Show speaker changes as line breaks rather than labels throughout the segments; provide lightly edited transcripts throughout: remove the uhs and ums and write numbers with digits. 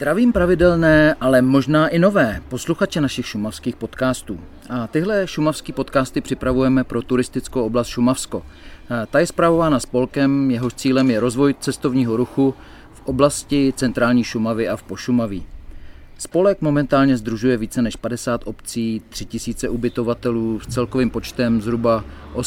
Zdravím pravidelné, ale možná i nové posluchače našich šumavských podcastů. A tyhle šumavský podcasty připravujeme pro turistickou oblast Šumavsko. Ta je spravována spolkem, jehož cílem je rozvoj cestovního ruchu v oblasti centrální Šumavy a v Pošumaví. Spolek momentálně sdružuje více než 50 obcí, 3000 ubytovatelů s celkovým počtem zhruba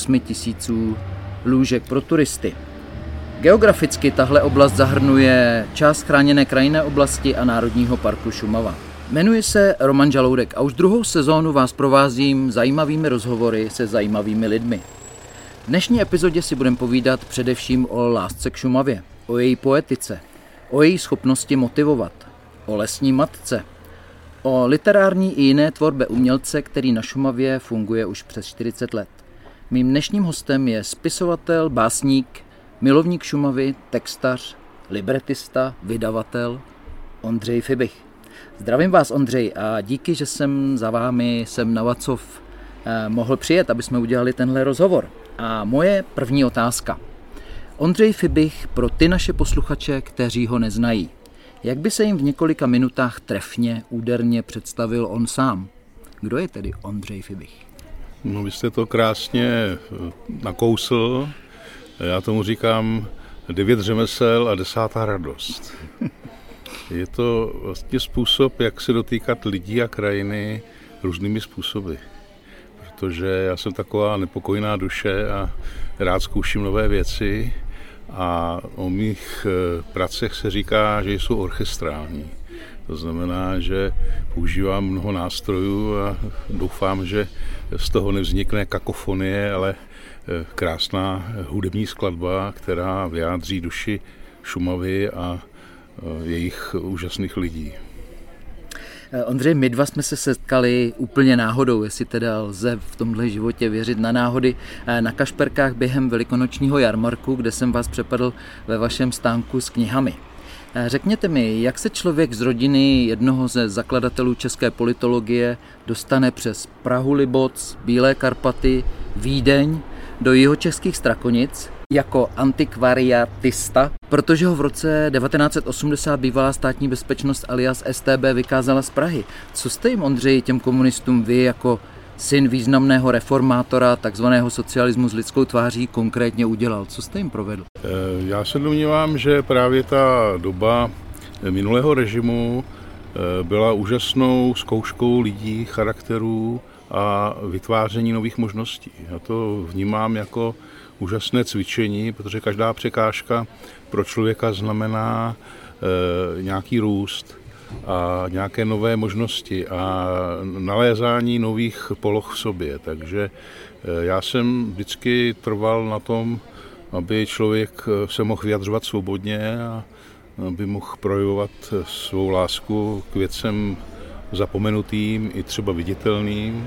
8000 lůžek pro turisty. Geograficky tahle oblast zahrnuje část chráněné krajinné oblasti a Národního parku Šumava. Jmenuji se Roman Žaloudek a už druhou sezónu vás provázím zajímavými rozhovory se zajímavými lidmi. V dnešní epizodě si budeme povídat především o lásce k Šumavě, o její poetice, o její schopnosti motivovat, o lesní matce, o literární i jiné tvorbě umělce, který na Šumavě funguje už přes 40 let. Mým dnešním hostem je spisovatel, básník, milovník Šumavy, textař, libretista, vydavatel Ondřej Fibich. Zdravím vás, Ondřej, a díky, že jsem za vámi sem na Vacov mohl přijet, aby jsme udělali tenhle rozhovor. A moje první otázka. Ondřej Fibich pro ty naše posluchače, kteří ho neznají. Jak by se jim v několika minutách trefně, úderně představil on sám? Kdo je tedy Ondřej Fibich?
No, vy jste to krásně nakousl. Já tomu říkám 9 řemesel a 10. radost. Je to vlastně způsob, jak se dotýkat lidí a krajiny různými způsoby. Protože já jsem taková nepokojná duše a rád zkouším nové věci a o mých pracech se říká, že jsou orchestrální. To znamená, že používám mnoho nástrojů a doufám, že z toho nevznikne kakofonie, ale krásná hudební skladba, která vyjádří duši Šumavy a jejich úžasných lidí.
Ondřej, my dva jsme se setkali úplně náhodou, jestli teda lze v tomhle životě věřit na náhody, na Kašperkách během velikonočního jarmarku, kde jsem vás přepadl ve vašem stánku s knihami. Řekněte mi, jak se člověk z rodiny jednoho ze zakladatelů české politologie dostane přes Prahu, Liboc, Bílé Karpaty, Vídeň do jihočeských Strakonic jako antikvariatista, protože ho v roce 1980 bývalá státní bezpečnost alias StB vykázala z Prahy. Co jste jim, Ondřej, těm komunistům vy jako syn významného reformátora takzvaného socialismu s lidskou tváří konkrétně udělal? Co jste jim provedl?
Já se domnívám, že právě ta doba minulého režimu byla úžasnou zkouškou lidí, charakterů a vytváření nových možností. Já to vnímám jako úžasné cvičení, protože každá překážka pro člověka znamená nějaký růst a nějaké nové možnosti a nalézání nových poloh v sobě. Takže já jsem vždycky trval na tom, aby člověk se mohl vyjadřovat svobodně a aby mohl projevovat svou lásku k věcem zapomenutým i třeba viditelným.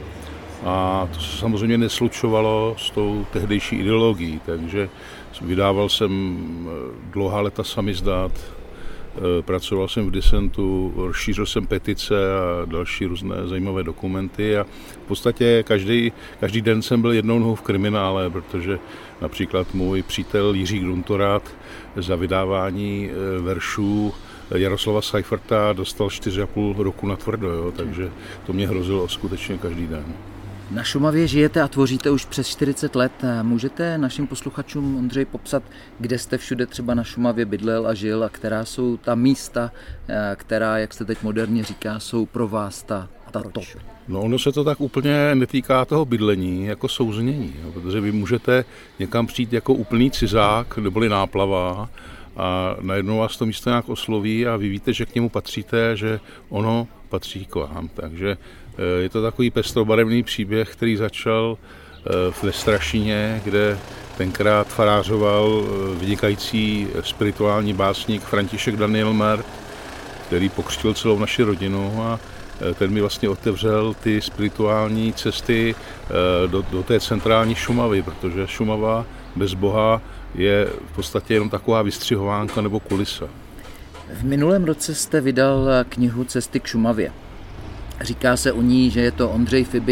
A to se samozřejmě neslučovalo s tou tehdejší ideologií, takže vydával jsem dlouhá léta samizdát, pracoval jsem v disentu, rozšířil jsem petice a další různé zajímavé dokumenty a v podstatě každý den jsem byl jednou nohou v kriminále, protože například můj přítel Jiří Gruntorát za vydávání veršů Jaroslava Seiferta dostal 4,5 roku na tvrdo, jo, takže to mě hrozilo skutečně každý den.
Na Šumavě žijete a tvoříte už přes 40 let. Můžete našim posluchačům, Ondřej, popsat, kde jste všude třeba na Šumavě bydlel a žil a která jsou ta místa, která, jak se teď moderně říká, jsou pro vás ta top?
No, ono se to tak úplně netýká toho bydlení jako souznění, jo, protože vy můžete někam přijít jako úplný cizák neboli náplava a najednou vás to místo nějak osloví a vy víte, že k němu patříte, že ono patří k vám. Takže je to takový pestrobarevný příběh, který začal ve Strašíně, kde tenkrát farářoval vynikající spirituální básník František Daniel Mert, který pokřtil celou naši rodinu a ten mi vlastně otevřel ty spirituální cesty do té centrální Šumavy, protože Šumava bez Boha je v podstatě jenom taková vystřihovánka nebo kulisa.
V minulém roce jste vydal knihu Cesty k Šumavě. Říká se o ní, že je to Ondřej Fibich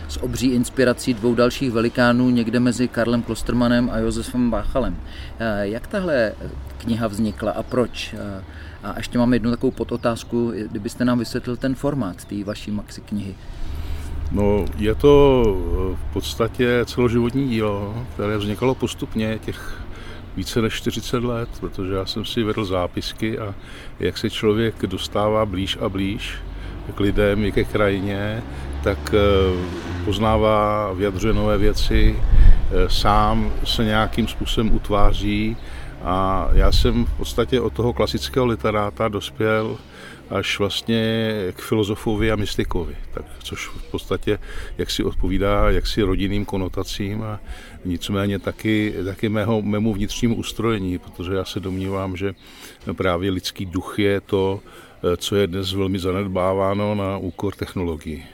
s obří inspirací dvou dalších velikánů někde mezi Karlem Klostermanem a Josefem Váchalem. Jak tahle kniha vznikla a proč? A ještě mám jednu takovou podotázku, kdybyste nám vysvětlil ten formát té vaší maxi knihy.
No, je to v podstatě celoživotní dílo, které vznikalo postupně těch více než 40 let, protože já jsem si vedl zápisky a jak se člověk dostává blíž a blíž k lidem i ke krajině, tak poznává, vyjadřuje nové věci, sám se nějakým způsobem utváří a já jsem v podstatě od toho klasického literáta dospěl až vlastně k filozofovi a mystikovi, tak, což v podstatě jaksi odpovídá jaksi rodinným konotacím a nicméně taky mému vnitřnímu ustrojení, protože já se domnívám, že právě lidský duch je to, co je dnes velmi zanedbáváno na úkor technologií.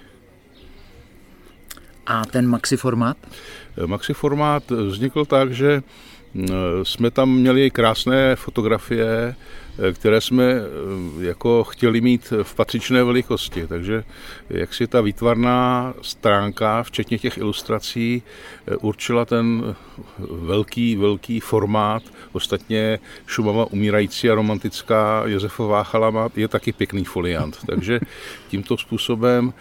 A ten maxiformát?
Maxiformát vznikl tak, že jsme tam měli krásné fotografie, které jsme jako chtěli mít v patřičné velikosti, takže jaksi ta výtvarná stránka, včetně těch ilustrací, určila ten velký formát. Ostatně Šumava umírající a romantická Josefa Váchala je taky pěkný foliant, takže tímto způsobem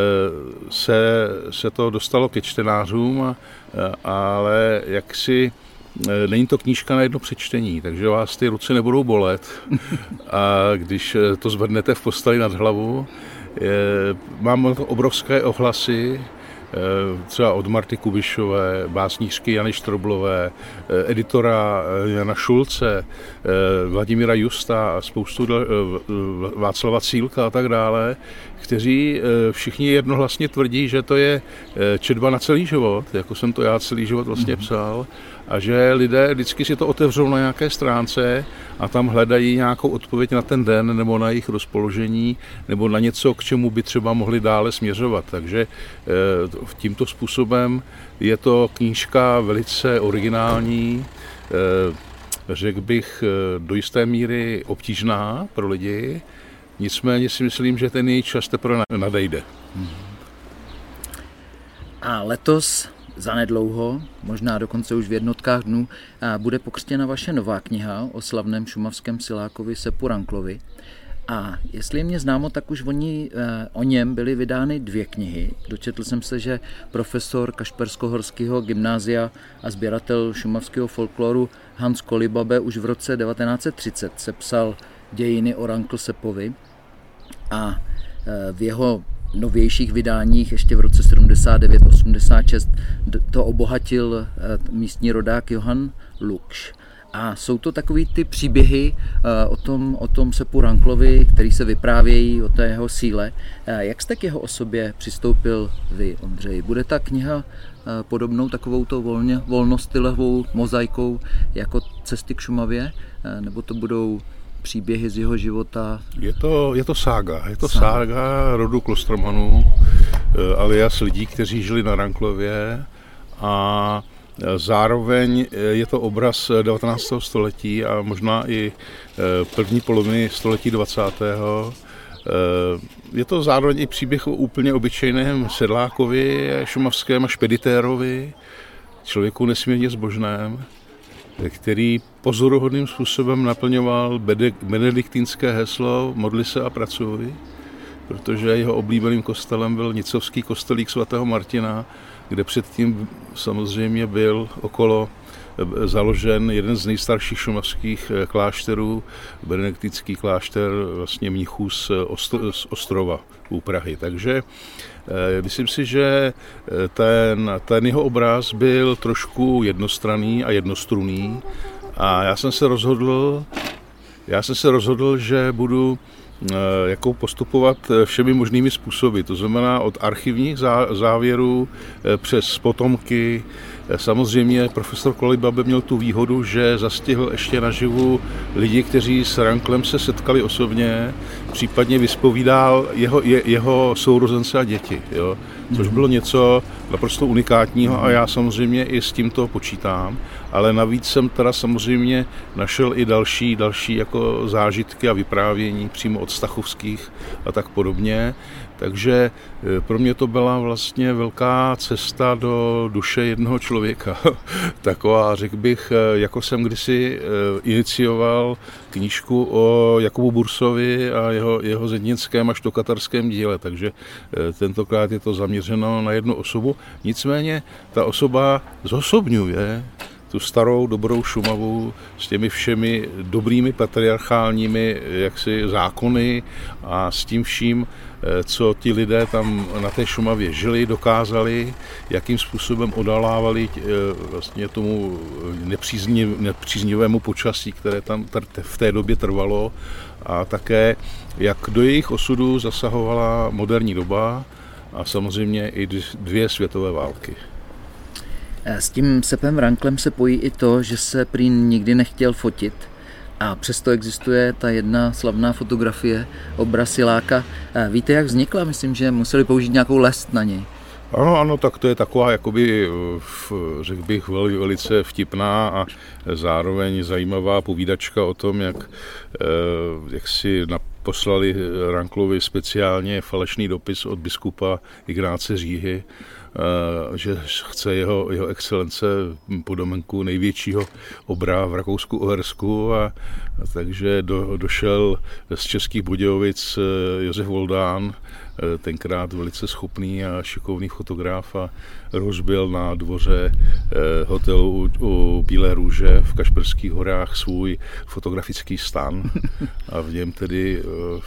se to dostalo ke čtenářům, ale jaksi není to knížka na jedno přečtení, takže vás ty ruce nebudou bolet a když to zvednete v posteli nad hlavu. Mám obrovské ohlasy, třeba od Marty Kubišové, básnířky Jany Štroblové, editora Jana Šulce, Vladimíra Justa a spoustu Václava Cílka a tak dále, kteří všichni jednohlasně tvrdí, že to je četba na celý život, jako jsem to já celý život vlastně psal, a že lidé vždycky si to otevřou na nějaké stránce a tam hledají nějakou odpověď na ten den nebo na jejich rozpoložení nebo na něco, k čemu by třeba mohli dále směřovat. Takže tímto způsobem je to knížka velice originální, řekl bych do jisté míry obtížná pro lidi, nicméně si myslím, že ten její čas teprve nadejde.
A letos zanedlouho, možná dokonce už v jednotkách dnů, bude pokřtěna vaše nová kniha o slavném šumavském silákovi Sepu Ranklovi. A jestli je mě známo, tak už o něm byly vydány 2 knihy. Dočetl jsem se, že profesor Kašperskohorského gymnázia a sběratel šumavského folkloru Hans Kolibabe už v roce 1930 sepsal dějiny o Rankl Sepovi a v jeho novějších vydáních ještě v roce 79-86 to obohatil místní rodák Johann Lukš. A jsou to takový ty příběhy o tom Sepu Ranklovi, který se vyprávějí o té jeho síle. Jak jste k jeho osobě přistoupil vy, Ondřej? Bude ta kniha podobnou takovouto volnostylovou mozaikou jako Cesty k Šumavě? Nebo to budou příběhy z jeho života?
Je to sága. Je to sága rodu Klostermanů, alias lidí, kteří žili na Ranklově, a zároveň je to obraz 19. století a možná i první poloviny století 20. Je to zároveň i příběh o úplně obyčejném sedlákovi, šumavském a špeditérovi, člověku nesmírně zbožném, který pozoruhodným způsobem naplňoval benediktínské heslo modli se a pracuj, protože jeho oblíbeným kostelem byl nicovský kostelík svatého Martina, kde předtím samozřejmě byl okolo založen jeden z nejstarších šumavských klášterů, benediktínský klášter vlastně mnichů z Ostrova u Prahy. Takže myslím si, že ten jeho obraz byl trošku jednostranný a jednostrunný a já jsem se rozhodl, že budu jako postupovat všemi možnými způsoby, to znamená od archivních závěrů přes potomky. Samozřejmě profesor Kolibabe měl tu výhodu, že zastihl ještě naživu lidi, kteří s Ranklem se setkali osobně, případně vyspovídal jeho sourozence a děti, jo? Což bylo něco naprosto unikátního a já samozřejmě i s tímto počítám, ale navíc jsem teda samozřejmě našel i další jako zážitky a vyprávění přímo od Stachovských a tak podobně. Takže pro mě to byla vlastně velká cesta do duše jednoho člověka. Taková, řekl bych, jako jsem kdysi inicioval knížku o Jakubu Bursovi a jeho zednickém až tokatarském díle, takže tentokrát je to zaměřeno na jednu osobu. Nicméně ta osoba zosobňuje tu starou dobrou Šumavu s těmi všemi dobrými patriarchálními jaksi zákony a s tím vším, co ti lidé tam na té Šumavě žili, dokázali, jakým způsobem odolávali vlastně tomu nepříznivému počasí, které tam v té době trvalo, a také jak do jejich osudu zasahovala moderní doba a samozřejmě i 2 světové války.
S tím Sepem Wranglem se pojí i to, že se prý nikdy nechtěl fotit a přesto existuje ta jedna slavná fotografie, obraz Siláka. Víte, jak vznikla? Myslím, že museli použít nějakou lest na něj.
Ano, tak to je taková, jakoby, řekl bych, velice vtipná a zároveň zajímavá povídačka o tom, jak si poslali Wranglovi speciálně falešný dopis od biskupa Ignáce Říhy, že chce jeho excelence podomenku největšího obra v Rakousku-Uhersku, a takže došel z Českých Budějovic Josef Voldán, tenkrát velice schopný a šikovný fotograf, a rozbil na dvoře hotelu u Bílé růže v Kašperských horách svůj fotografický stan a v něm tedy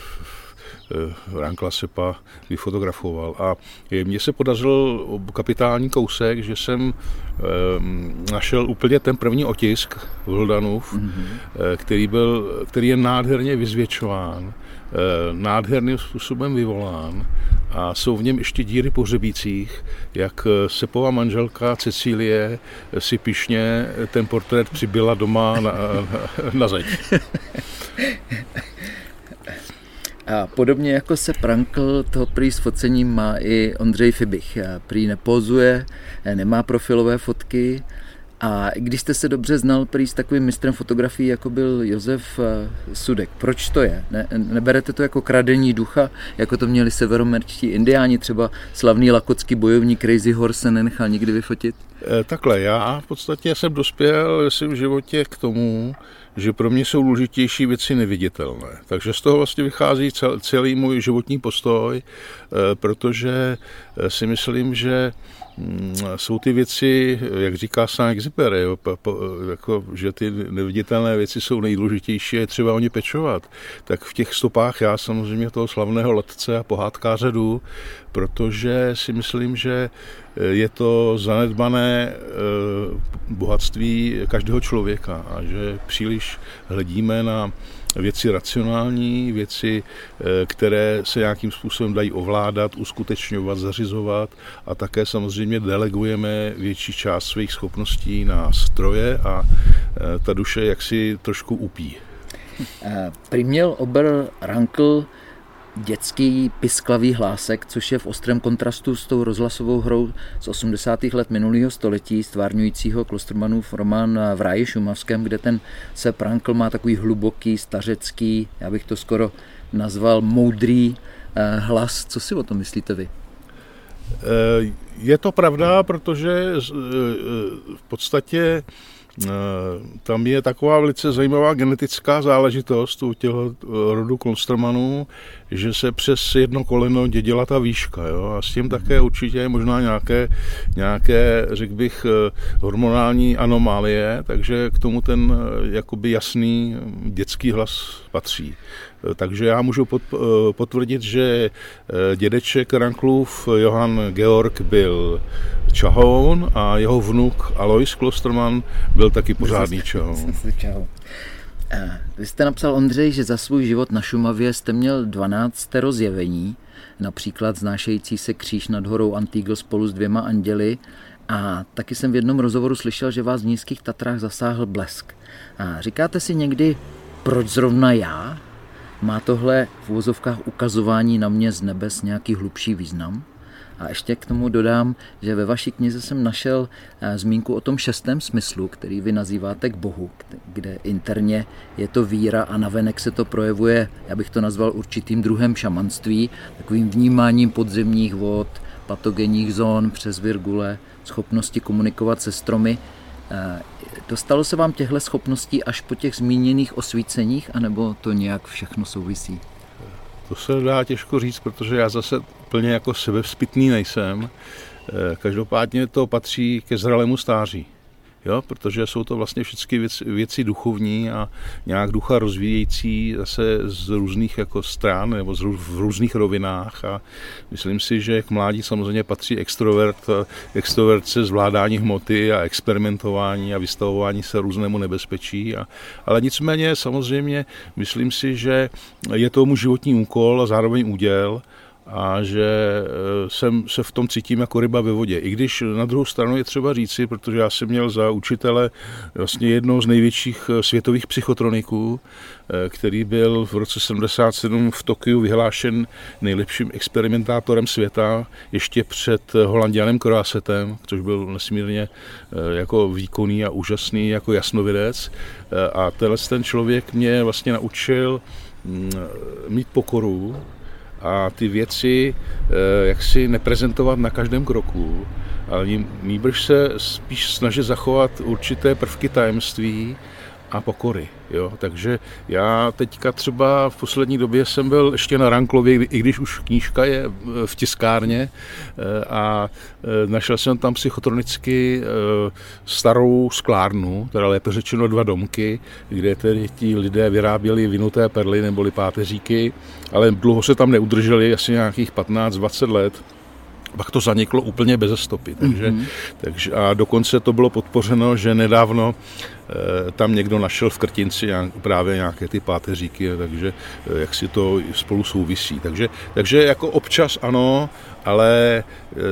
Wrangla Sepa vyfotografoval. A mně se podařil kapitální kousek, že jsem našel úplně ten první otisk Voldanův, který je nádherně vyzvětšován, nádherným způsobem vyvolán, a jsou v něm ještě díry po hřebících, jak Sepova manželka Cecílie si pyšně ten portrét přibyla doma na zeď.
A podobně jako se Wrangl, toho prý s focením má i Ondřej Fibich. Prý nepózuje, nemá profilové fotky, a když jste se dobře znal prý s takovým mistrem fotografií, jako byl Josef Sudek. Proč to je? Neberete to jako kradení ducha, jako to měli severoameričtí indiáni, třeba slavný lakotský bojovník Crazy Horse se nenechal nikdy vyfotit?
Takhle, já v podstatě jsem dospěl ve svém životě k tomu, že pro mě jsou důležitější věci neviditelné. Takže z toho vlastně vychází celý můj životní postoj, protože si myslím, že jsou ty věci, jak říká Saint-Exupéry, jako, že ty neviditelné věci jsou nejdůležitější a je třeba o ně pečovat. Tak v těch stopách já samozřejmě toho slavného letce a pohádkáře jdu, protože si myslím, že je to zanedbané bohatství každého člověka a že příliš hledíme na věci racionální, věci, které se nějakým způsobem dají ovládat, uskutečňovat, zařizovat, a také samozřejmě delegujeme větší část svých schopností na stroje a ta duše jaksi trošku upí.
Prý měl Ober Wrangl dětský pisklavý hlásek, což je v ostrém kontrastu s tou rozhlasovou hrou z 80. let minulého století, stvárňujícího Klostermannův román V ráji šumavském, kde ten Sep Wrangl má takový hluboký, stařecký, já bych to skoro nazval moudrý hlas. Co si o tom myslíte vy?
Je to pravda, protože v podstatě tam je taková velice zajímavá genetická záležitost u těho rodu Klostermannů, že se přes jedno koleno dědila ta výška. Jo? A s tím také určitě je možná nějaké, řekl bych, hormonální anomálie, takže k tomu ten jakoby jasný dětský hlas patří. Takže já můžu potvrdit, že dědeček Wranglův Johann Georg byl čahoun a jeho vnuk Alois Klostermann byl taky pořádný čahoun.
Vy jste napsal, Ondřej, že za svůj život na Šumavě jste měl 12 zjevení, například znášející se kříž nad horou Antigl spolu s 2 anděli, a taky jsem v jednom rozhovoru slyšel, že vás v Nízkých Tatrách zasáhl blesk. A říkáte si někdy, proč zrovna já? Má tohle v uvozovkách ukazování na mě z nebes nějaký hlubší význam? A ještě k tomu dodám, že ve vaší knize jsem našel zmínku o tom 6. smyslu, který vy nazýváte k Bohu, kde interně je to víra a navenek se to projevuje, já bych to nazval určitým druhem šamanství, takovým vnímáním podzemních vod, patogenních zón přes virgule, schopnosti komunikovat se stromy. Dostalo se vám těchto schopností až po těch zmíněných osvíceních, anebo to nějak všechno souvisí?
To se dá těžko říct, protože já zase úplně jako sebevzpytný nejsem. Každopádně to patří ke zralému stáří. Jo, protože jsou to vlastně všechny věci duchovní a nějak ducha rozvíjející zase z různých jako stran nebo v různých rovinách a myslím si, že k mládí samozřejmě patří extrovert se zvládání hmoty a experimentování a vystavování se různému nebezpečí. Ale nicméně samozřejmě myslím si, že je tomu životní úkol a zároveň úděl, a že se v tom cítím jako ryba ve vodě. I když na druhou stranu je třeba říci, protože já jsem měl za učitele vlastně jednoho z největších světových psychotroniků, který byl v roce 77 v Tokiu vyhlášen nejlepším experimentátorem světa, ještě před Holanďanem Croisetem, což byl nesmírně jako výkonný a úžasný jako jasnovidec. A ten člověk mě vlastně naučil mít pokoru, a ty věci jak si neprezentovat na každém kroku, ale nýbrž se spíš snažit zachovat určité prvky tajemství a pokory. Jo? Takže já teďka třeba v poslední době jsem byl ještě na Ranklově, i když už knížka je v tiskárně a našel jsem tam psychotronicky starou sklárnu, teda lépe řečeno 2 domky, kde tedy ti lidé vyráběli vinuté perly neboli páteříky, ale dlouho se tam neudrželi, asi nějakých 15-20 let. Pak to zaniklo úplně beze stopy. Takže a dokonce to bylo podpořeno, že nedávno tam někdo našel v Krtinci právě nějaké ty páteříky, takže jak si to spolu souvisí. Takže jako občas ano, ale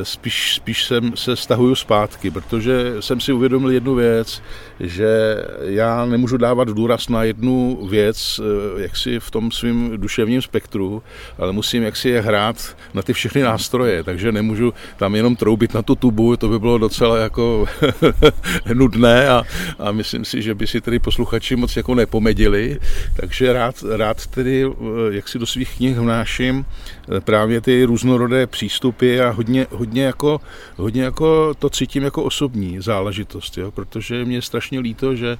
spíš se stahuju zpátky, protože jsem si uvědomil jednu věc, že já nemůžu dávat důraz na jednu věc, jaksi v tom svým duševním spektru, ale musím jaksi je hrát na ty všechny nástroje, takže nemůžu tam jenom troubit na tu tubu, to by bylo docela jako nudné a myslím si, že by si tedy posluchači moc jako nepomedili, takže rád tedy jaksi do svých knih vnáším právě ty různorodé přístupy a hodně jako to cítím jako osobní záležitost, jo? Protože mě je strašně líto, že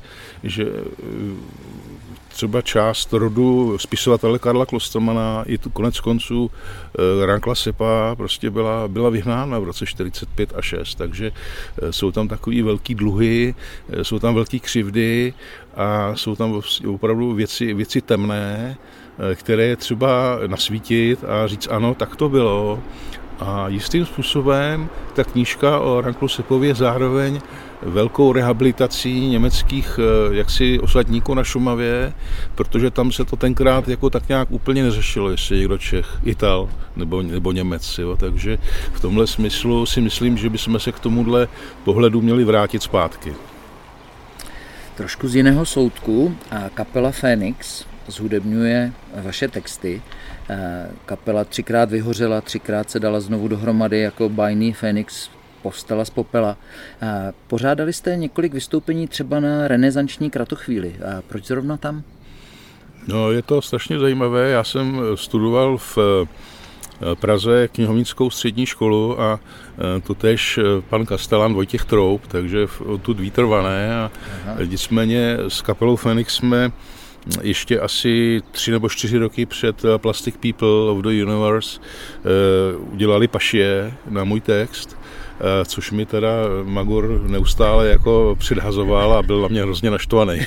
třeba část rodu spisovatele Karla Klostermana i tu konec konců Rankla Sepa prostě byla vyhnána v roce 45 a 6, takže jsou tam takový velký dluhy, jsou tam velký křivdy a jsou tam opravdu věci temné, které je třeba nasvítit a říct ano, tak to bylo. A jistým způsobem ta knížka o Ranklu Sepovi je zároveň velkou rehabilitací německých jaksi osadníků na Šumavě, protože tam se to tenkrát jako tak nějak úplně neřešilo, jestli někdo Čech, Ital nebo Němec. Jo. Takže v tomhle smyslu si myslím, že bychom se k tomuhle pohledu měli vrátit zpátky.
Trošku z jiného soudku kapela Fénix zhudebňuje vaše texty. Kapela 3krát vyhořela, 3krát se dala znovu dohromady jako bájný Fénix povstala z popela. Pořádali jste několik vystoupení třeba na renesanční kratochvíli. Proč zrovna tam?
No, je to strašně zajímavé. Já jsem studoval v Praze knihovnickou střední školu a totéž pan kastelan Vojtěch Troub, takže tu výtrvané a nicméně s kapelou Fénix jsme ještě asi 3 nebo 4 roky před Plastic People of the Universe udělali pašie na můj text, což mi teda Magor neustále jako předhazoval a byl na mě hrozně naštvaný.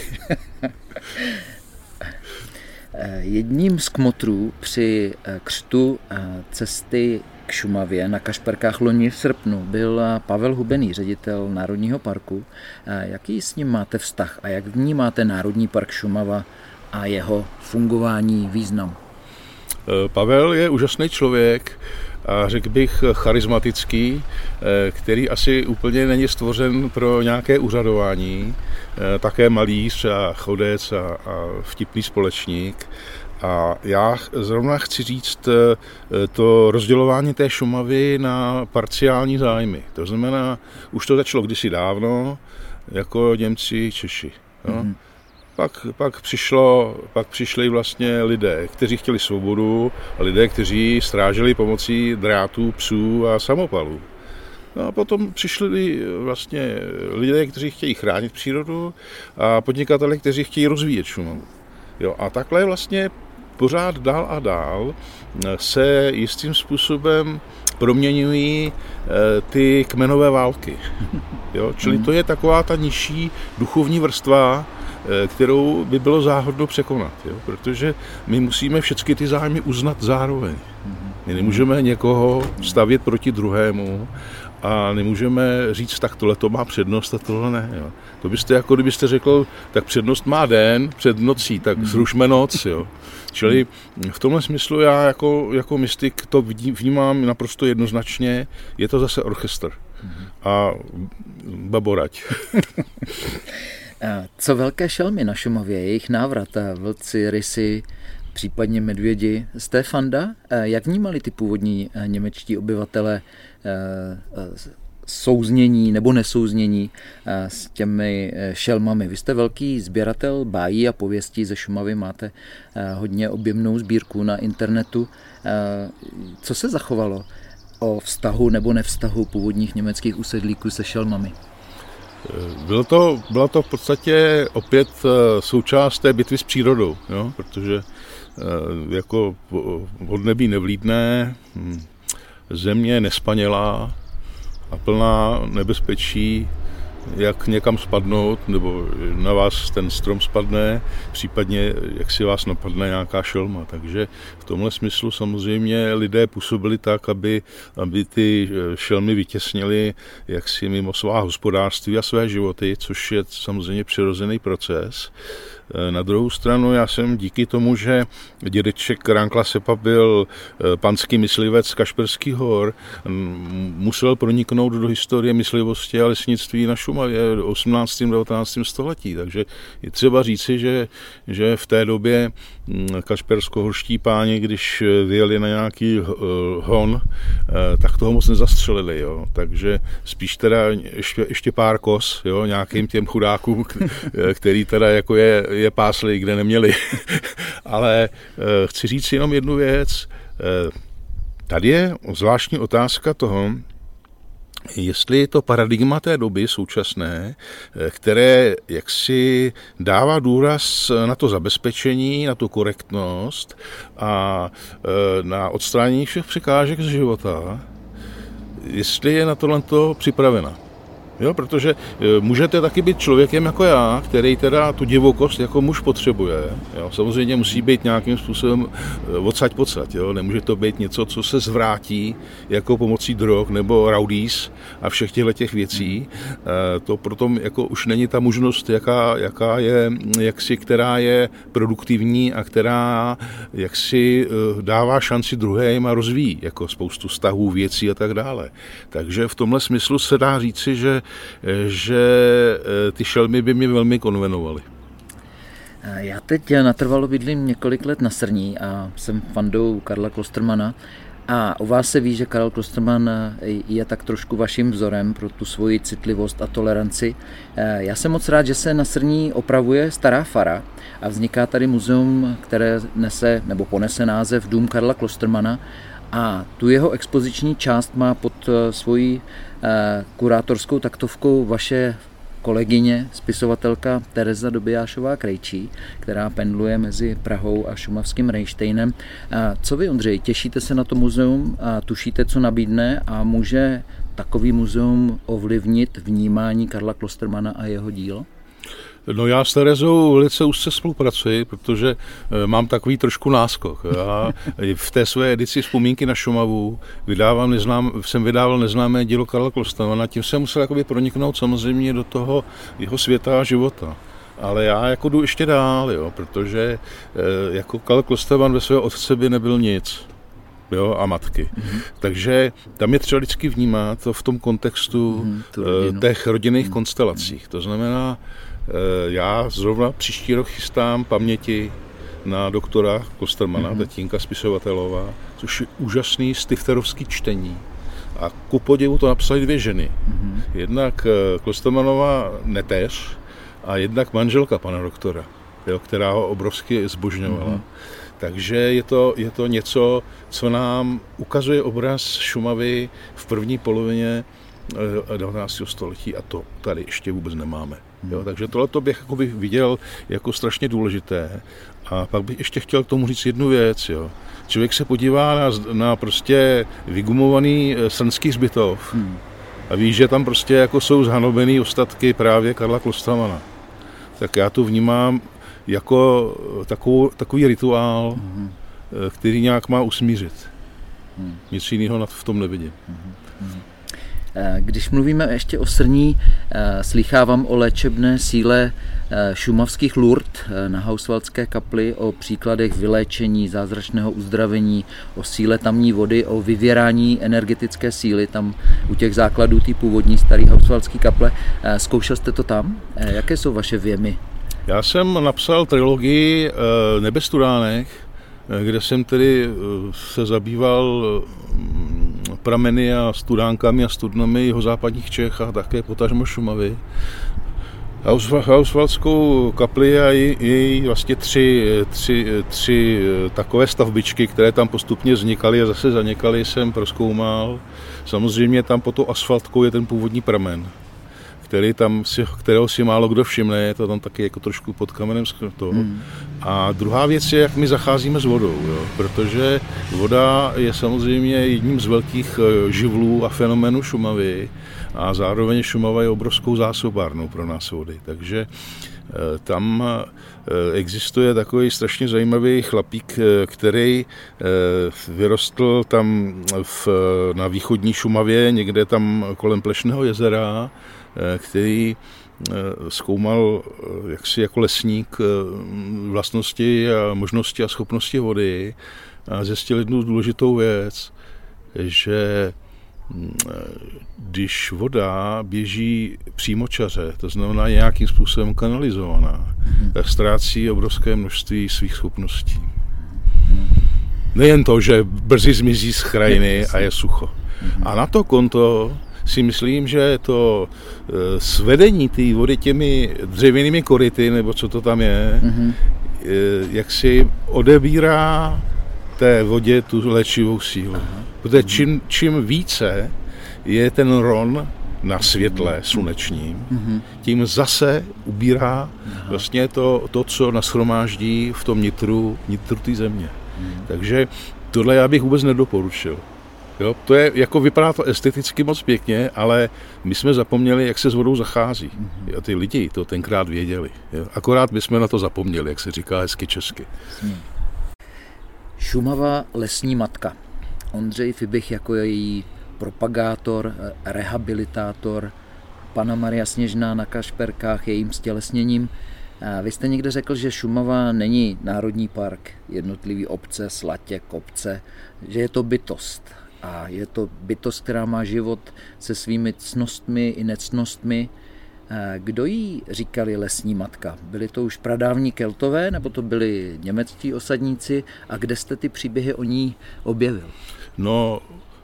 Jedním z kmotrů při křtu cesty k Šumavě na Kašperkách loni v srpnu byl Pavel Hubený, ředitel Národního parku. Jaký s ním máte vztah a jak vnímáte Národní park Šumava a jeho fungování, význam?
Pavel je úžasný člověk a řekl bych charismatický, který asi úplně není stvořen pro nějaké úřadování, také malíř a chodec a vtipný společník. A já zrovna chci říct to rozdělování té Šumavy na parciální zájmy. To znamená, už to začalo kdysi dávno, jako Němci, Češi. Jo? Pak přišli vlastně lidé, kteří chtěli svobodu, a lidé, kteří stráželi pomocí drátů, psů a samopalů. No a potom přišli vlastně lidé, kteří chtějí chránit přírodu, a podnikatelé, kteří chtějí rozvíjet Šumavu. Jo, a takhle vlastně pořád dál a dál se jistým způsobem proměňují ty kmenové války. Jo, čili to je taková ta nižší duchovní vrstva, kterou by bylo záhodno překonat. Jo, protože my musíme všechny ty zájmy uznat zároveň. My nemůžeme někoho stavět proti druhému a nemůžeme říct, tak tohle to má přednost a tohle ne. Jo. To byste jako kdybyste řekl, tak přednost má den před nocí, tak zrušme noc. Jo. Čili v tomhle smyslu já jako mystik to vnímám naprosto jednoznačně, je to zase orchestr. A baborať.
Co velké šelmy na Šumavě, jejich návrat, vlci, rysy, případně medvědi, jste fanda? Jak vnímali ty původní němečtí obyvatele souznění nebo nesouznění s těmi šelmami? Vy jste velký sběratel bájí a pověstí ze Šumavy, máte hodně objemnou sbírku na internetu. Co se zachovalo o vztahu nebo nevztahu původních německých usedlíků se šelmami?
Byla to v podstatě opět součást té bitvy s přírodou, jo? Protože jako od nebí nevlídné, země nespanělá a plná nebezpečí, jak někam spadnout, nebo na vás ten strom spadne, případně jak si vás napadne nějaká šelma. Takže v tomhle smyslu samozřejmě lidé působili tak, aby ty šelmy vytěsnily jaksi mimo svá hospodářství a své životy, což je samozřejmě přirozený proces. Na druhou stranu já jsem díky tomu, že dědeček Rankla Sepa byl panský myslivec z Kašperských hor, musel proniknout do historie myslivosti a lesnictví na Šumavě v 18. 19. století. Takže je třeba říci, že v té době kašpersko-horští páni, když vyjeli na nějaký hon, tak toho moc nezastřelili. Jo. Takže spíš teda ještě pár kos, jo, nějakým těm chudákům, který teda jako je pásli, kde neměli. Ale chci říct jenom jednu věc. Tady je zvláštní otázka toho, jestli je to paradigma té doby současné, které jaksi dává důraz na to zabezpečení, na tu korektnost a na odstranění všech překážek z života, jestli je na tohleto připravena. Jo, protože můžete taky být člověkem jako já, který teda tu divokost jako muž potřebuje. Jo. Samozřejmě musí být nějakým způsobem odsaď pocať. Jo. Nemůže to být něco, co se zvrátí jako pomocí drog nebo rowdies a všech těch věcí. To proto jako už není ta možnost, jaká je, která je produktivní a která jaksi dává šanci druhým a rozvíjí jako spoustu vztahů, věcí a tak dále. Takže v tomhle smyslu se dá říci, že ty šelmy by mě velmi konvenovaly.
Já teď natrvalo bydlím několik let na Srní a jsem fandou Karla Klostermana. A o vás se ví, že Karel Klosterman je tak trošku vaším vzorem pro tu svoji citlivost a toleranci. Já jsem moc rád, že se na Srní opravuje stará fara a vzniká tady muzeum, které ponese název Dům Karla Klostermana. A tu jeho expoziční část má pod svojí kurátorskou taktovkou vaše kolegyně, spisovatelka Tereza Dobijášová-Krejčí, která pendluje mezi Prahou a šumavským Rejštejnem. Co vy, Ondřej, těšíte se na to muzeum a tušíte, co nabídne a může takový muzeum ovlivnit vnímání Karla Klostermana a jeho dílo?
No já s Terezou velice úzce spolupracuji, protože mám takový trošku náskok. Já v té své edici Vzpomínky na Šumavu jsem vydával neznámé dílo Karla Klostermana, tím jsem musel jakoby proniknout samozřejmě do toho jeho světa a života. Ale já jako jdu ještě dál, jo, protože jako Karl Klosterman ve svého otce by nebyl nic. Jo, a matky. Takže tam je třeba vždycky vnímat to v tom kontextu těch rodinných konstelací. To znamená, já zrovna příští rok chystám paměti na doktora Klostermana, tatínka spisovatelova, což je úžasný stifterovský čtení. A ku podivu to napsali 2 ženy. Jednak Klostermanova neteř a jednak manželka pana doktora, jo, která ho obrovsky zbožňovala. Takže je to něco, co nám ukazuje obraz Šumavy v první polovině 19. století a to tady ještě vůbec nemáme. Jo, takže tohleto bych jakoby viděl jako strašně důležité. A pak bych ještě chtěl k tomu říct jednu věc. Jo. Člověk se podívá na prostě vygumovaný srnský hřbitov a ví, že tam prostě jako jsou zhanobený ostatky právě Karla Klostermana. Tak já to vnímám jako takový rituál, který nějak má usmířit. Nic jiného v tom nevidím.
Když mluvíme ještě o srní, slýchávám o léčebné síle šumavských Lourdes na Hauswaldské kapli, o příkladech vyléčení, zázračného uzdravení, o síle tamní vody, o vyvěrání energetické síly tam u těch základů té původní staré Hauswaldské kaple. Zkoušel jste to tam? Jaké jsou vaše věmy?
Já jsem napsal trilogii Nebestudánek, kde jsem tedy se zabýval prameny a studánkami a studnami jihozápadních Čech a také potažmo Šumavy. Hauswaldskou kapli a její vlastně tři takové stavbičky, které tam postupně vznikaly a zase zanikaly, jsem prozkoumal. Samozřejmě tam pod tou asfaltkou je ten původní pramen, kterého si málo kdo všimne, je to tam taky jako trošku pod kamenem skryto. A druhá věc je, jak my zacházíme s vodou, jo? Protože voda je samozřejmě jedním z velkých živlů a fenoménů Šumavy a zároveň Šumava je obrovskou zásobárnou pro nás vody, takže tam existuje takový strašně zajímavý chlapík, který vyrostl tam na východní Šumavě, někde tam kolem Plešného jezera, který zkoumal jaksi jako lesník vlastnosti a možnosti a schopnosti vody a zjistil jednu důležitou věc, že když voda běží přímočaře, to znamená nějakým způsobem kanalizovaná, tak ztrácí obrovské množství svých schopností. Nejen to, že brzy zmizí z krajiny a je sucho. A na to konto si myslím, že to svedení té vody těmi dřevěnými koryty, nebo co to tam je, jak si odebírá té vodě tu léčivou sílu. Protože čím více je ten ron na světle slunečním, tím zase ubírá vlastně to co nashromáždí v tom nitru té země. Takže tohle já bych vůbec nedoporučil. Jo, to je, jako vypadá to esteticky moc pěkně, ale my jsme zapomněli, jak se s vodou zachází. Jo, ty lidi to tenkrát věděli. Jo. Akorát my jsme na to zapomněli, jak se říká hezky česky.
Šumava lesní matka. Ondřej Fibich jako její propagátor, rehabilitátor, Panna Maria Sněžná na Kašperkách jejím stělesněním. Vy jste někde řekl, že Šumava není národní park, jednotlivý obce, slatě, kopce, že je to bytost. A je to bytost, která má život se svými ctnostmi i nectnostmi. Kdo jí říkali lesní matka? Byli to už pradávní Keltové, nebo to byli němečtí osadníci? A kde jste ty příběhy o ní objevil?
No,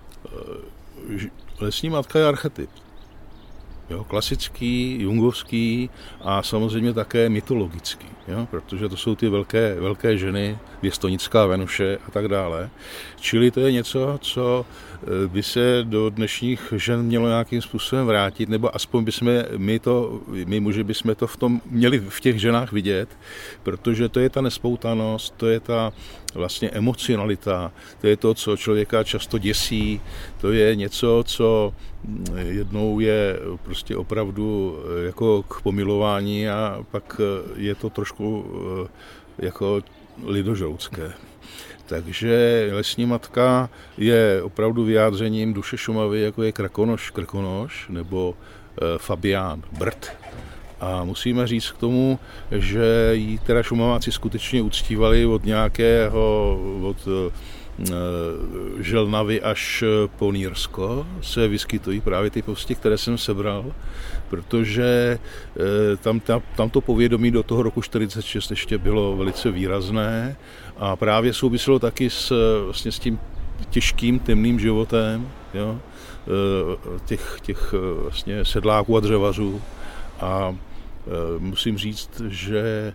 lesní matka je archetyp. Jo, klasický, jungovský a samozřejmě také mytologický, jo, protože to jsou ty velké ženy, Věstonická Venuše a tak dále. Čili to je něco, co by se do dnešních žen mělo nějakým způsobem vrátit, nebo aspoň my muži bychom to měli v těch ženách vidět, protože to je ta nespoutanost, to je ta vlastně emocionalita, to je to, co člověka často děsí, to je něco, co jednou je prostě opravdu jako k pomilování a pak je to trošku jako lidožroutské. Takže lesní matka je opravdu vyjádřením duše Šumavy, jako je Krkonoš nebo Fabián Brd. A musíme říct k tomu, že ji teda Šumaváci skutečně uctívali od Želnavy až po Nýrsko se vyskytují právě ty povsti, které jsem sebral, protože tam to povědomí do toho roku 1946 ještě bylo velice výrazné a právě souviselo taky vlastně s tím těžkým, temným životem, jo, těch vlastně sedláků a dřevařů. A musím říct, že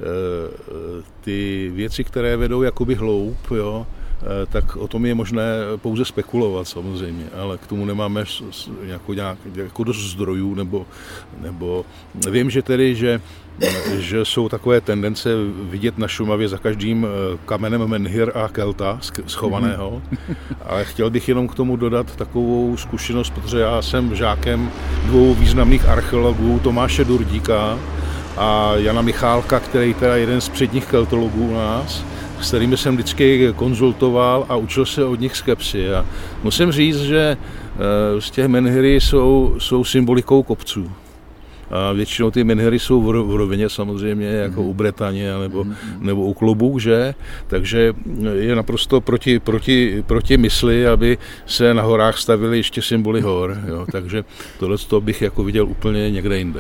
ty věci, které vedou jakoby hloub, jo, tak o tom je možné pouze spekulovat samozřejmě, ale k tomu nemáme jako dost zdrojů, nebo vím, že tedy, že jsou takové tendence vidět na Šumavě za každým kamenem menhir a kelta schovaného, ale chtěl bych jenom k tomu dodat takovou zkušenost, protože já jsem žákem dvou významných archeologů, Tomáše Durdíka a Jana Michálka, který teda jeden z předních keltologů u nás, s kterými jsem vždycky konzultoval a učil se od nich skepsy. A musím říct, že z těch menhiry jsou symbolikou kopců. A většinou ty menhiry jsou v rovině samozřejmě, jako u Bretaně nebo u Klobů, že? Takže je naprosto proti mysli, aby se na horách stavily ještě symboly hor. Jo? Takže tohle bych jako viděl úplně někde jinde.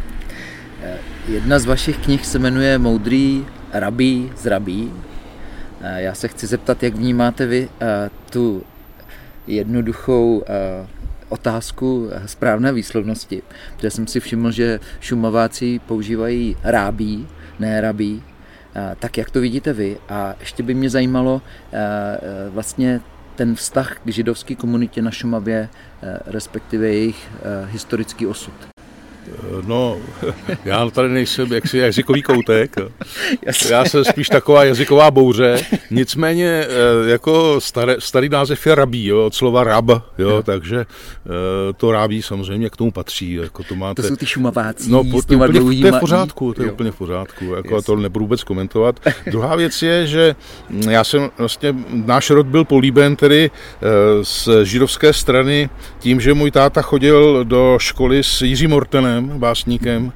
Jedna z vašich knih se jmenuje Moudrý rabí z rabí. Já se chci zeptat, jak vnímáte vy tu jednoduchou otázku správné výslovnosti, protože jsem si všiml, že Šumaváci používají rábí, ne rabí. Tak jak to vidíte vy? A ještě by mě zajímalo vlastně ten vztah k židovské komunitě na Šumavě, respektive jejich historický osud.
No, já tady nejsem jaksi jazykový koutek, já jsem spíš taková jazyková bouře, nicméně jako starý název je rabí, jo, od slova rab, jo, takže to rábí samozřejmě k tomu patří. Jako to máte,
to jsou ty Šumaváci.
No, to je v pořádku, to je úplně v pořádku, jako to nebudu vůbec komentovat. Druhá věc je, že já jsem vlastně, náš rod byl políben tedy z židovské strany tím, že můj táta chodil do školy s Jiřím Mortenem, básníkem,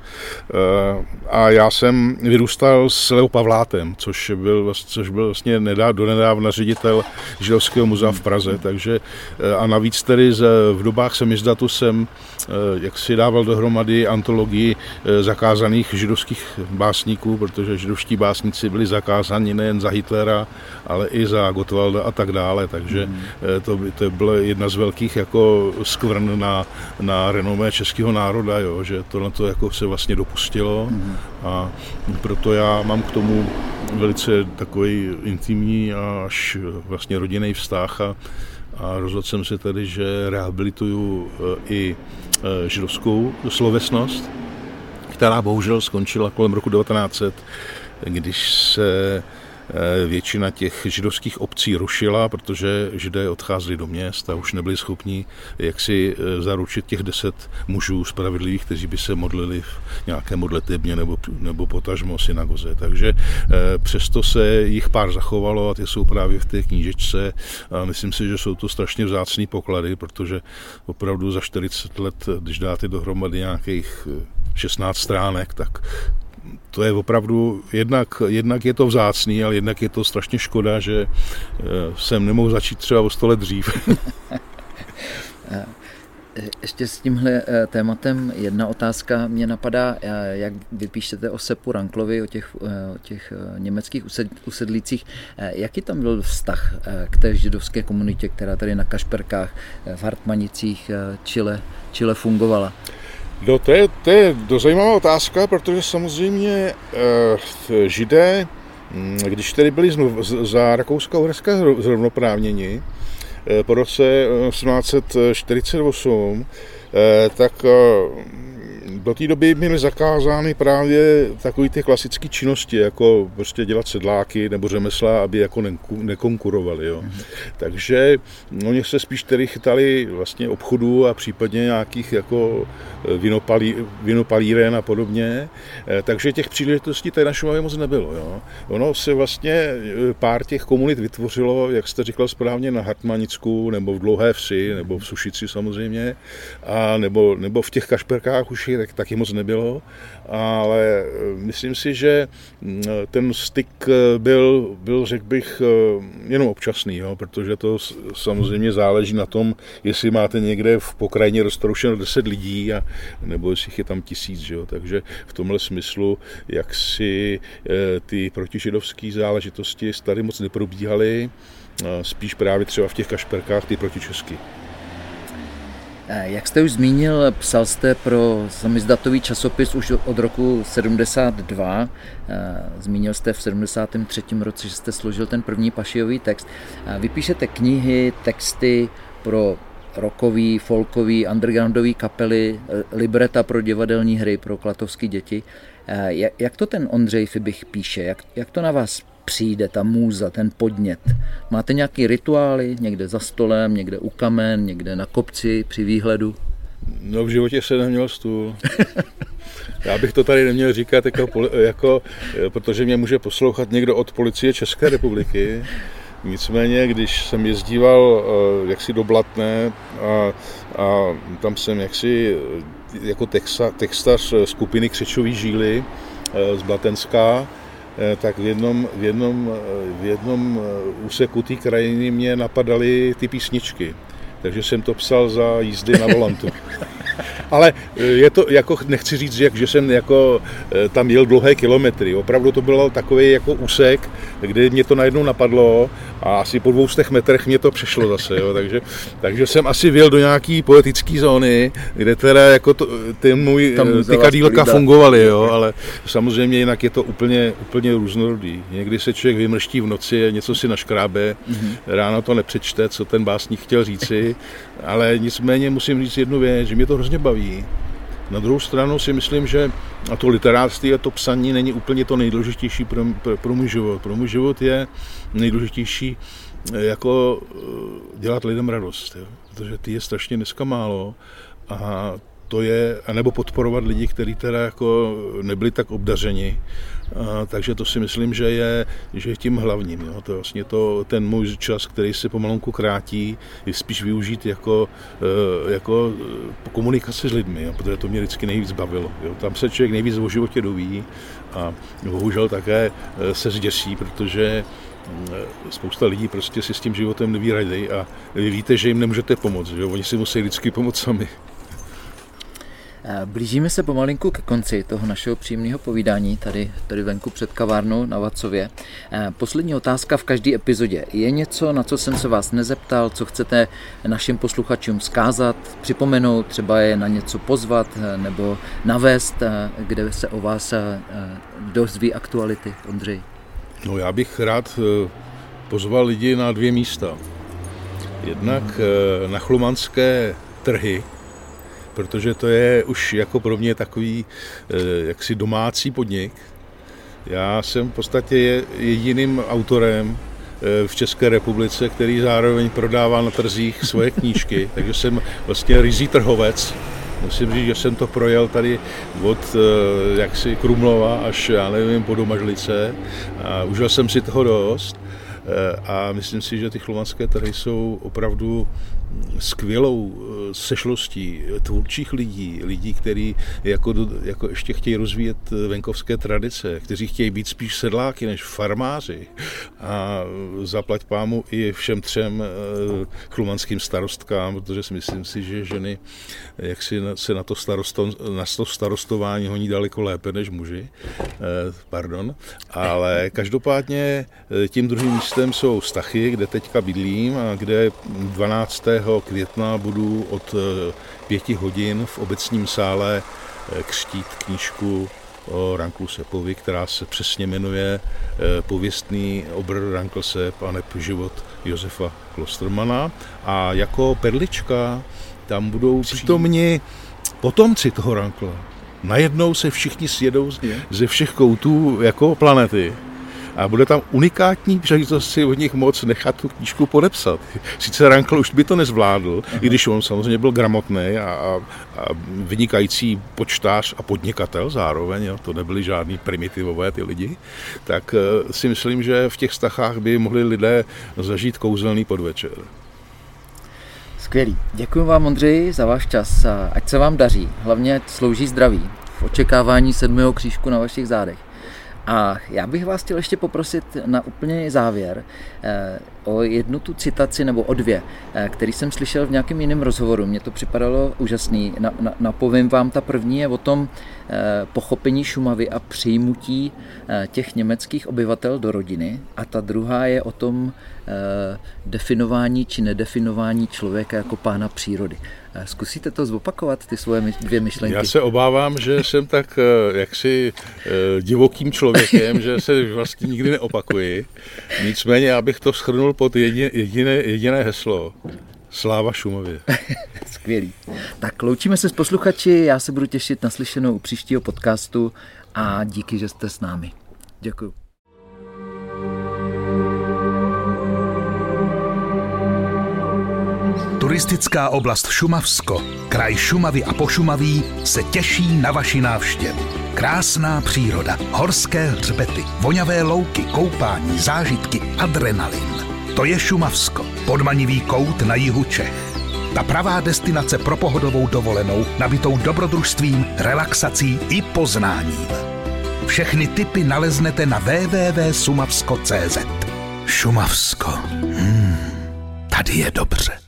a já jsem vyrůstal s Leo Pavlátem, což byl vlastně donedávna ředitel Židovského muzea v Praze, takže a navíc tedy v dobách semizdatu jsem jak si dával dohromady antologii zakázaných židovských básníků, protože židovští básníci byli zakázáni nejen za Hitlera, ale i za Gottwalda a tak dále, takže to byla jedna z velkých jako skvrn na renomé českého národa, jo, že tohle jako se vlastně dopustilo a proto já mám k tomu velice takový intimní až vlastně rodinný vztah a rozhodl jsem se tedy, že rehabilituju i židovskou slovesnost, která bohužel skončila kolem roku 1900, když se většina těch židovských obcí rušila, protože Židé odcházeli do měst a už nebyli schopni jaksi zaručit těch 10 mužů spravedlivých, kteří by se modlili v nějaké modlitebně nebo potažmo synagoze. Takže přesto se jich pár zachovalo a ty jsou právě v té knížečce a myslím si, že jsou to strašně vzácný poklady, protože opravdu za 40 let, když dáte dohromady nějakých 16 stránek, tak to je opravdu, jednak je to vzácný, ale jednak je to strašně škoda, že jsem nemohl začít třeba o 100 let dřív.
Ještě s tímhle tématem jedna otázka mě napadá, jak vypíšete o Seppu Ranklovi, o těch německých usedlících. Jaký tam byl vztah k té židovské komunitě, která tady na Kašperkách, v Hartmanicích, Chile fungovala?
No, to je zajímavá otázka, protože samozřejmě Židé, když tedy byli za Rakousko-Uherské zrovnoprávnění po roce 1848, tak do té doby měly zakázány právě takové ty klasické činnosti, jako prostě dělat sedláky nebo řemesla, aby jako nekonkurovali. Jo. Takže oni se spíš tedy chytali vlastně obchodů a případně nějakých jako vinopalíren a podobně. Takže těch příležitostí tady na Šumavě moc nebylo. Jo. Ono se vlastně pár těch komunit vytvořilo, jak jste říkal správně, na Hartmanicku, nebo v Dlouhé Vsi, nebo v Sušici samozřejmě, a nebo v těch Kašperkách už je taky moc nebylo, ale myslím si, že ten styk byl řekl bych, jenom občasný, jo, protože to samozřejmě záleží na tom, jestli máte někde v pokrajině roztroušeno 10 lidí, nebo jestli je tam 1000, že jo, takže v tomhle smyslu, jak si ty protižidovské záležitosti tady moc neprobíhaly, spíš právě třeba v těch kašperkách ty protičesky.
Jak jste už zmínil, psal jste pro samizdatový časopis už od roku 72. Zmínil jste v 73. roce, že jste složil ten první Pašijový text. Vy píšete knihy, texty pro rockový, folkový, undergroundový kapely, libreta pro divadelní hry, pro klatovské děti. Jak to ten Ondřej Fibich píše? Jak to na vás přijde, ta můza, ten podnět? Máte nějaký rituály někde za stolem, někde u kamen, někde na kopci při výhledu?
No v životě se neměl stůl. Já bych to tady neměl říkat, protože mě může poslouchat někdo od Policie České republiky. Nicméně, když jsem jezdíval jaksi do Blatné a tam jsem jaksi jako textař skupiny Křečový žíly z Blatenská, tak v jednom úseku té krajiny mě napadaly ty písničky. Takže jsem to psal za jízdy na volantu. Ale je to, jako nechci říct, že jsem jako tam jel dlouhé kilometry. Opravdu to byl takový jako úsek, kde mě to najednou napadlo a asi po 200 metrech mě to přešlo zase. Jo. Takže jsem asi vyjel do nějaký poetické zóny, kde teda jako ty kadýlka fungovaly, jo, ale samozřejmě jinak je to úplně různorodý. Někdy se člověk vymrští v noci, něco si naškrábe, ráno to nepřečte, co ten básník chtěl říci, ale nicméně musím říct jednu věc, že mě to hrozně baví. Na druhou stranu si myslím, že a to literářství a to psaní není úplně to nejdůležitější pro můj život. Pro můj život je nejdůležitější jako dělat lidem radost, jo? Protože ty je strašně dneska málo a to je, anebo podporovat lidi, kteří teda jako nebyli tak obdařeni. Takže to si myslím, že je tím hlavním. Jo. To je vlastně ten můj čas, který se pomalonku krátí, je spíš využít jako komunikaci s lidmi, jo, protože to mě vždycky nejvíc bavilo. Jo. Tam se člověk nejvíc o životě doví a bohužel také se zděsí, protože spousta lidí prostě si s tím životem neví rady a vy víte, že jim nemůžete pomoct. Jo. Oni si musí vždycky pomoct sami.
Blížíme se pomalinku ke konci toho našeho příjemného povídání tady venku před kavárnou na Vacově. Poslední otázka v každé epizodě. Je něco, na co jsem se vás nezeptal, co chcete našim posluchačům vzkázat, připomenout, třeba je na něco pozvat nebo navést, kde se o vás dozví aktuality, Ondřej?
No, já bych rád pozval lidi na 2 místa. Jednak na chlumanské trhy, protože to je už jako pro mě takový jaksi domácí podnik. Já jsem v podstatě jediným autorem v České republice, který zároveň prodává na trzích svoje knížky, takže jsem vlastně ryzí trhovec. Musím říct, že jsem to projel tady od jaksi Krumlova až, já nevím, po Domažlice a užil jsem si toho dost. A myslím si, že ty chlumanské trhy jsou opravdu skvělou sešlostí tvůrčích lidí, kteří jako ještě chtějí rozvíjet venkovské tradice, kteří chtějí být spíš sedláky než farmáři. A zaplať pámu i všem 3 chlumanským starostkám, protože myslím si, že ženy jak si se na to starostování honí daleko lépe než muži. Ale každopádně tím druhým místem jsou Stachy, kde teďka bydlím a kde 12. května budu od 5 hodin v obecním sále křtít knížku o Ranklu Sepovi, která se přesně jmenuje Pověstný obr Rankl Sep a neb život Josefa Klostermana. A jako perlička tam budou přítomni potomci toho Rankla. Najednou se všichni sjedou ze všech koutů jako planety. A bude tam unikátní příležitost si od nich moc nechat tu knížku podepsat. Sice Rankl už by to nezvládl, i když on samozřejmě byl gramotný a vynikající počtář a podnikatel zároveň, jo, to nebyli žádný primitivové ty lidi, tak si myslím, že v těch Stachách by mohli lidé zažít kouzelný podvečer.
Skvělý. Děkuji vám, Ondřeji, za váš čas. Ať se vám daří. Hlavně slouží zdraví v očekávání 7. křížku na vašich zádech. A já bych vás chtěl ještě poprosit na úplně závěr o jednu tu citaci, nebo o dvě, který jsem slyšel v nějakém jiném rozhovoru. Mně to připadalo úžasný. Napovím vám, ta první je o tom pochopení Šumavy a přijmutí těch německých obyvatel do rodiny. A ta druhá je o tom definování či nedefinování člověka jako pána přírody. Zkusíte to zopakovat, ty svoje dvě myšlenky?
Já se obávám, že jsem tak jaksi divokým člověkem, že se vlastně nikdy neopakuji. Nicméně já bych to shrnul pod jediné heslo. Sláva Šumavě.
Skvělý. Tak loučíme se s posluchači, já se budu těšit na slyšenou u příštího podcastu a díky, že jste s námi. Děkuju.
Turistická oblast Šumavsko, kraj Šumavy a Pošumaví se těší na vaši návštěvu. Krásná příroda, horské hřbety, voňavé louky, koupání, zážitky, adrenalin. To je Šumavsko, podmanivý kout na jihu Čech. Ta pravá destinace pro pohodovou dovolenou, nabitou dobrodružstvím, relaxací i poznáním. Všechny tipy naleznete na www.sumavsko.cz. Šumavsko. Tady je dobře.